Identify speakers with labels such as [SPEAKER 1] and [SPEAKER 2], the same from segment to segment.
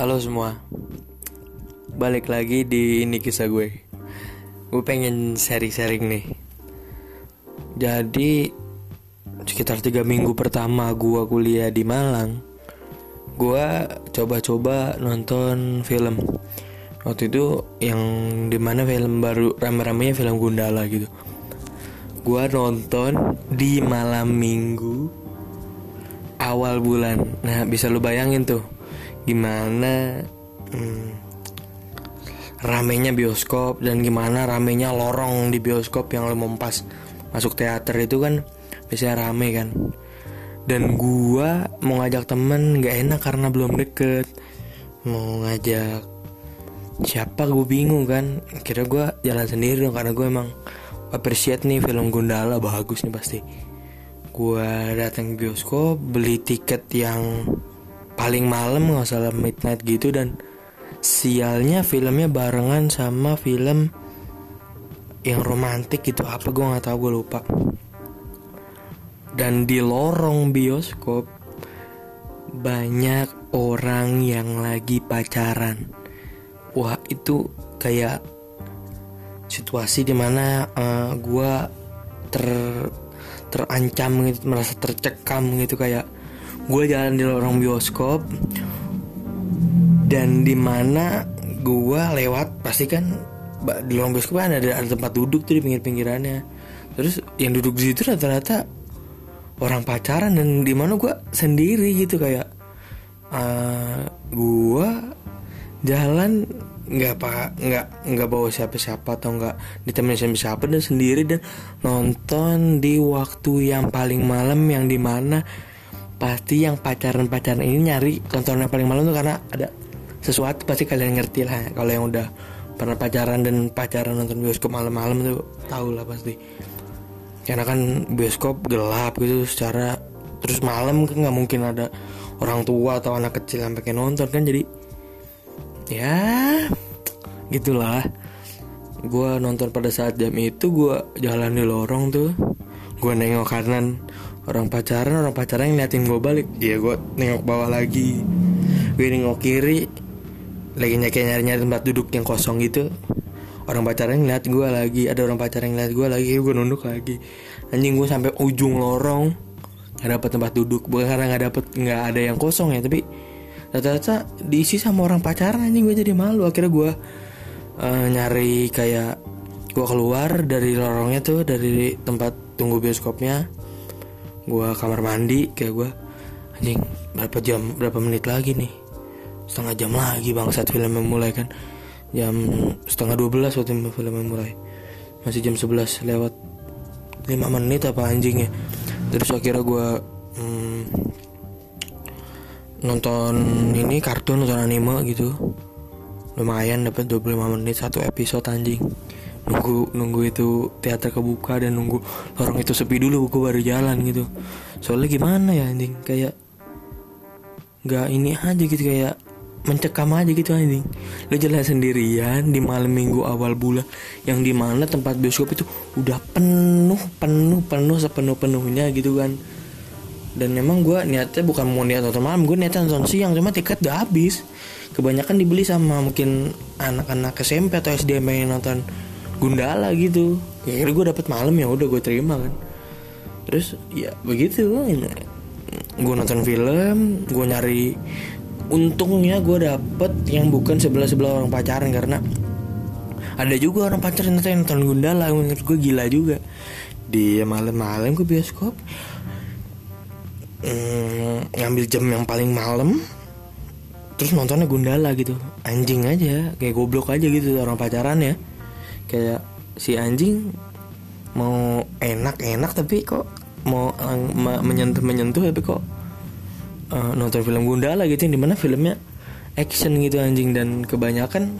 [SPEAKER 1] Halo semua, balik lagi di ini kisah gue. Gue pengen sharing-sharing nih. Jadi sekitar 3 minggu pertama gue kuliah di Malang, gue coba-coba nonton film. Waktu itu yang dimana film baru rame-ramenya film Gundala gitu. Gue nonton di malam minggu awal bulan. Nah bisa lu bayangin tuh gimana ramenya bioskop dan gimana ramenya lorong di bioskop yang lo mempas masuk teater itu kan biasanya rame kan. Dan gua mau ngajak temen gak enak karena belum deket. Mau ngajak siapa gue bingung kan. Kira gua jalan sendiri dong karena gue emang appreciate nih film Gundala bagus nih pasti. Gua datang ke bioskop, beli tiket yang paling malam, nggak salah midnight gitu. Dan sialnya filmnya barengan sama film yang romantis gitu, apa gue nggak tahu, gue lupa. Dan di lorong bioskop banyak orang yang lagi pacaran. Wah itu kayak situasi dimana gue terancam gitu, merasa tercekam gitu. Kayak gue jalan di lorong bioskop dan dimana gue lewat pasti kan di lorong bioskop kan ada tempat duduk tuh di pinggir-pinggirannya. Terus yang duduk di situ rata-rata orang pacaran dan dimana gue sendiri gitu. Kayak gue jalan nggak bawa siapa-siapa atau nggak ditemenin siapa dan sendiri, dan nonton di waktu yang paling malam yang dimana pasti yang pacaran ini nyari tontonan yang paling malam tuh karena ada sesuatu, pasti kalian ngerti lah. Kalau yang udah pernah pacaran nonton bioskop malam-malam tuh tahu lah pasti. Karena kan bioskop gelap gitu secara, terus malam kan nggak mungkin ada orang tua atau anak kecil yang pengen nonton kan, jadi ya gitulah. Gue nonton pada saat jam itu, gue jalan di lorong tuh, gue nengok kanan, orang pacaran ngeliatin gue balik. Iya, gue nengok bawah lagi, gue nengok kiri, lagi nyari tempat duduk yang kosong gitu. Orang pacaran ngeliat gue lagi, ada orang pacaran ngeliat gue lagi, gue nunduk lagi. Anjing, gue sampai ujung lorong nggak dapet tempat duduk. Bukan karena nggak ada yang kosong ya, tapi rata-rata diisi sama orang pacaran. Anjing, gue jadi malu. Akhirnya gue nyari, kayak gue keluar dari lorongnya tuh, dari tempat tunggu bioskopnya. Gue kamar mandi, kayak gue anjing berapa menit lagi nih, setengah jam lagi bangsat filmnya mulai kan. Jam 11:30 waktu filmnya mulai, masih jam 11 lewat 5 menit apa anjingnya. Terus akhirnya gue nonton ini kartun, nonton anime gitu. Lumayan dapat 25 menit satu episode anjing. Nunggu itu teater kebuka dan nunggu lorong itu sepi dulu gue baru jalan gitu. Soalnya gimana ya anjing, kayak nggak ini aja gitu, kayak mencekam aja gitu anjing. Lo jalan sendirian di malam minggu awal bulan yang dimana tempat bioskop itu udah penuh sepenuhnya gitu kan. Dan memang gue niatnya bukan mau nonton malam, gue niatnya nonton siang, cuma tiket udah habis. Kebanyakan dibeli sama mungkin anak-anak SMP atau SD yang pengen nonton Gundala gitu. Ya akhirnya gue dapet malam, ya udah gue terima kan. Terus ya begitu, gue nonton film, gue nyari. Untungnya gue dapet yang bukan sebelah orang pacaran, karena ada juga orang pacaran nonton Gundala. Menurut gue gila juga. Di malam-malam ke bioskop, ngambil jam yang paling malam, terus nontonnya Gundala gitu. Anjing aja, kayak goblok aja gitu orang pacaran ya. Kayak si anjing mau enak tapi kok mau menyentuh tapi kok nonton film Gundala gitu, yang dimana filmnya action gitu anjing. Dan kebanyakan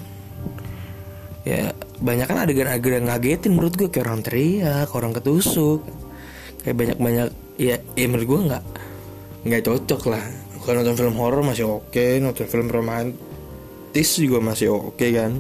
[SPEAKER 1] adegan-adegan ngagetin menurut gue, kayak orang teriak, orang ketusuk, kayak banyak ya menurut gue nggak cocok lah. Kalau nonton film horor masih oke, nonton film romantis juga masih oke kan.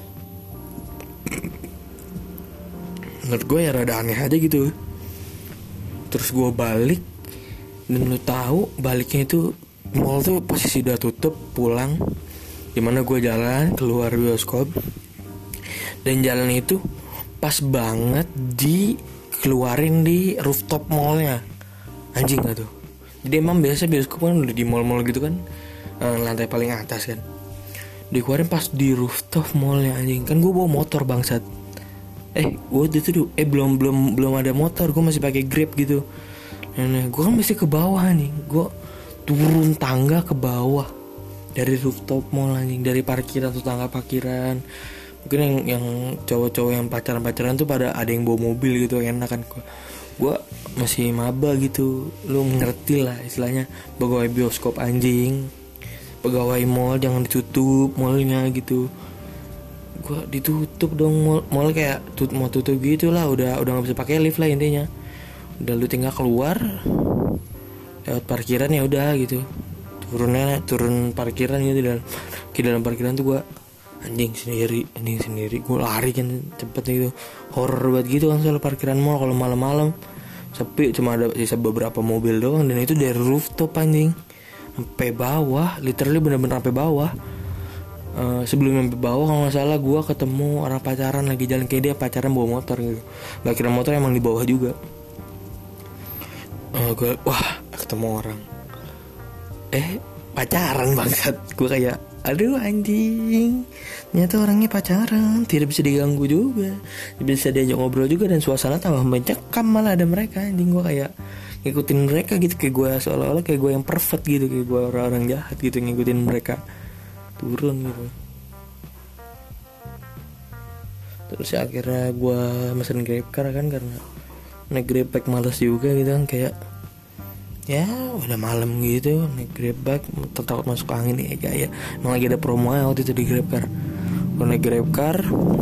[SPEAKER 1] Menurut gue ya rada aneh aja gitu. Terus gue balik, dan lu tahu baliknya itu mall tuh posisi udah tutup, pulang. dimana gue jalan keluar bioskop, dan jalan itu pas banget dikeluarin di rooftop mallnya. Anjing gak tuh? Jadi emang biasa bioskop kan udah di mall-mall gitu kan, lantai paling atas kan. Dikeluarin pas di rooftop mallnya anjing. Kan gue bawa motor bangsat. Gue itu belum ada motor, gue masih pakai Grab gitu. Nah, gue kan mesti ke bawah nih. Gue turun tangga ke bawah dari rooftop mall anjing, dari parkiran tuh, tangga parkiran. Mungkin yang cowok-cowok yang pacaran tuh pada ada yang bawa mobil gitu, enak kan. Gue masih maba gitu, lu ngerti lah istilahnya, pegawai bioskop anjing, pegawai mall jangan ditutup mallnya gitu. Gue ditutup dong mall kayak mau tutup gitu lah, udah nggak bisa pakai lift lah intinya. Udah lu tinggal keluar lewat parkiran ya udah gitu, turun parkiran gitu, dan ke dalam parkiran tuh gue anjing sendiri gue lari kan cepet gitu, horror banget gitu kan soal parkiran mall kalau malam-malam sepi, cuma ada sisa beberapa mobil doang, dan itu dari rooftop anjing sampai bawah, literally bener-bener sampai bawah. Sebelum sampai bawah kalau nggak salah gue ketemu orang pacaran lagi jalan, kayak dia pacaran bawa motor gitu, gak kira motor emang di bawah juga. Gue ketemu orang pacaran banget. Gue kayak aduh anjing, ternyata orangnya pacaran, tidak bisa diganggu juga, bisa diajak ngobrol juga, dan suasana tambah mencekam malah ada mereka anjing. Gue kayak ngikutin mereka gitu, kayak gue seolah-olah kayak gue yang perfect gitu, kayak gue orang jahat gitu ngikutin mereka turun gitu. Terus ya akhirnya gue mesen GrabCar kan, karena naik GrabBike males juga gitu kan, kayak ya udah malam gitu naik GrabBike takut masuk angin ya gaya. Emang lagi ada promo ya waktu itu di GrabCar. Gue naik GrabCar,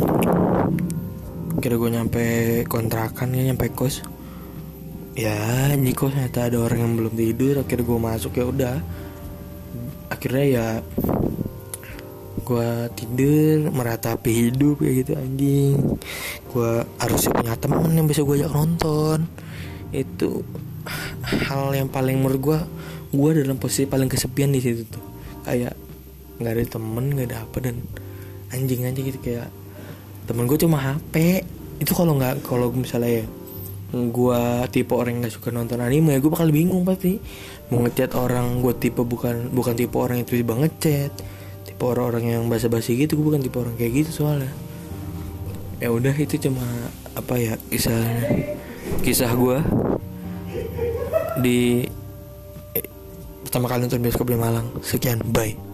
[SPEAKER 1] kira gue nyampe kontrakan ya, nyampe kos. Ya di kos ternyata ada orang yang belum tidur. Akhirnya gue masuk, ya udah. Akhirnya ya gue tidur meratapi hidup kayak gitu anjing. Gue harusnya punya temen yang bisa gue ajak nonton. Itu hal yang paling menurut gue dalam posisi paling kesepian di situ tuh, kayak nggak ada temen, nggak ada apa, dan anjing aja gitu, kayak temen gue cuma HP. Itu kalau misalnya ya gue tipe orang yang nggak suka nonton anime, ya gue bakal bingung pasti mau ngechat orang. Gue tipe bukan tipe orang yang tiba-tiba ngechat, tipe orang yang basa-basi gitu. Gue bukan tipe orang kayak gitu soalnya. Ya udah, itu cuma kisah gue di pertama kali nonton bioskop di Malang. Sekian, bye.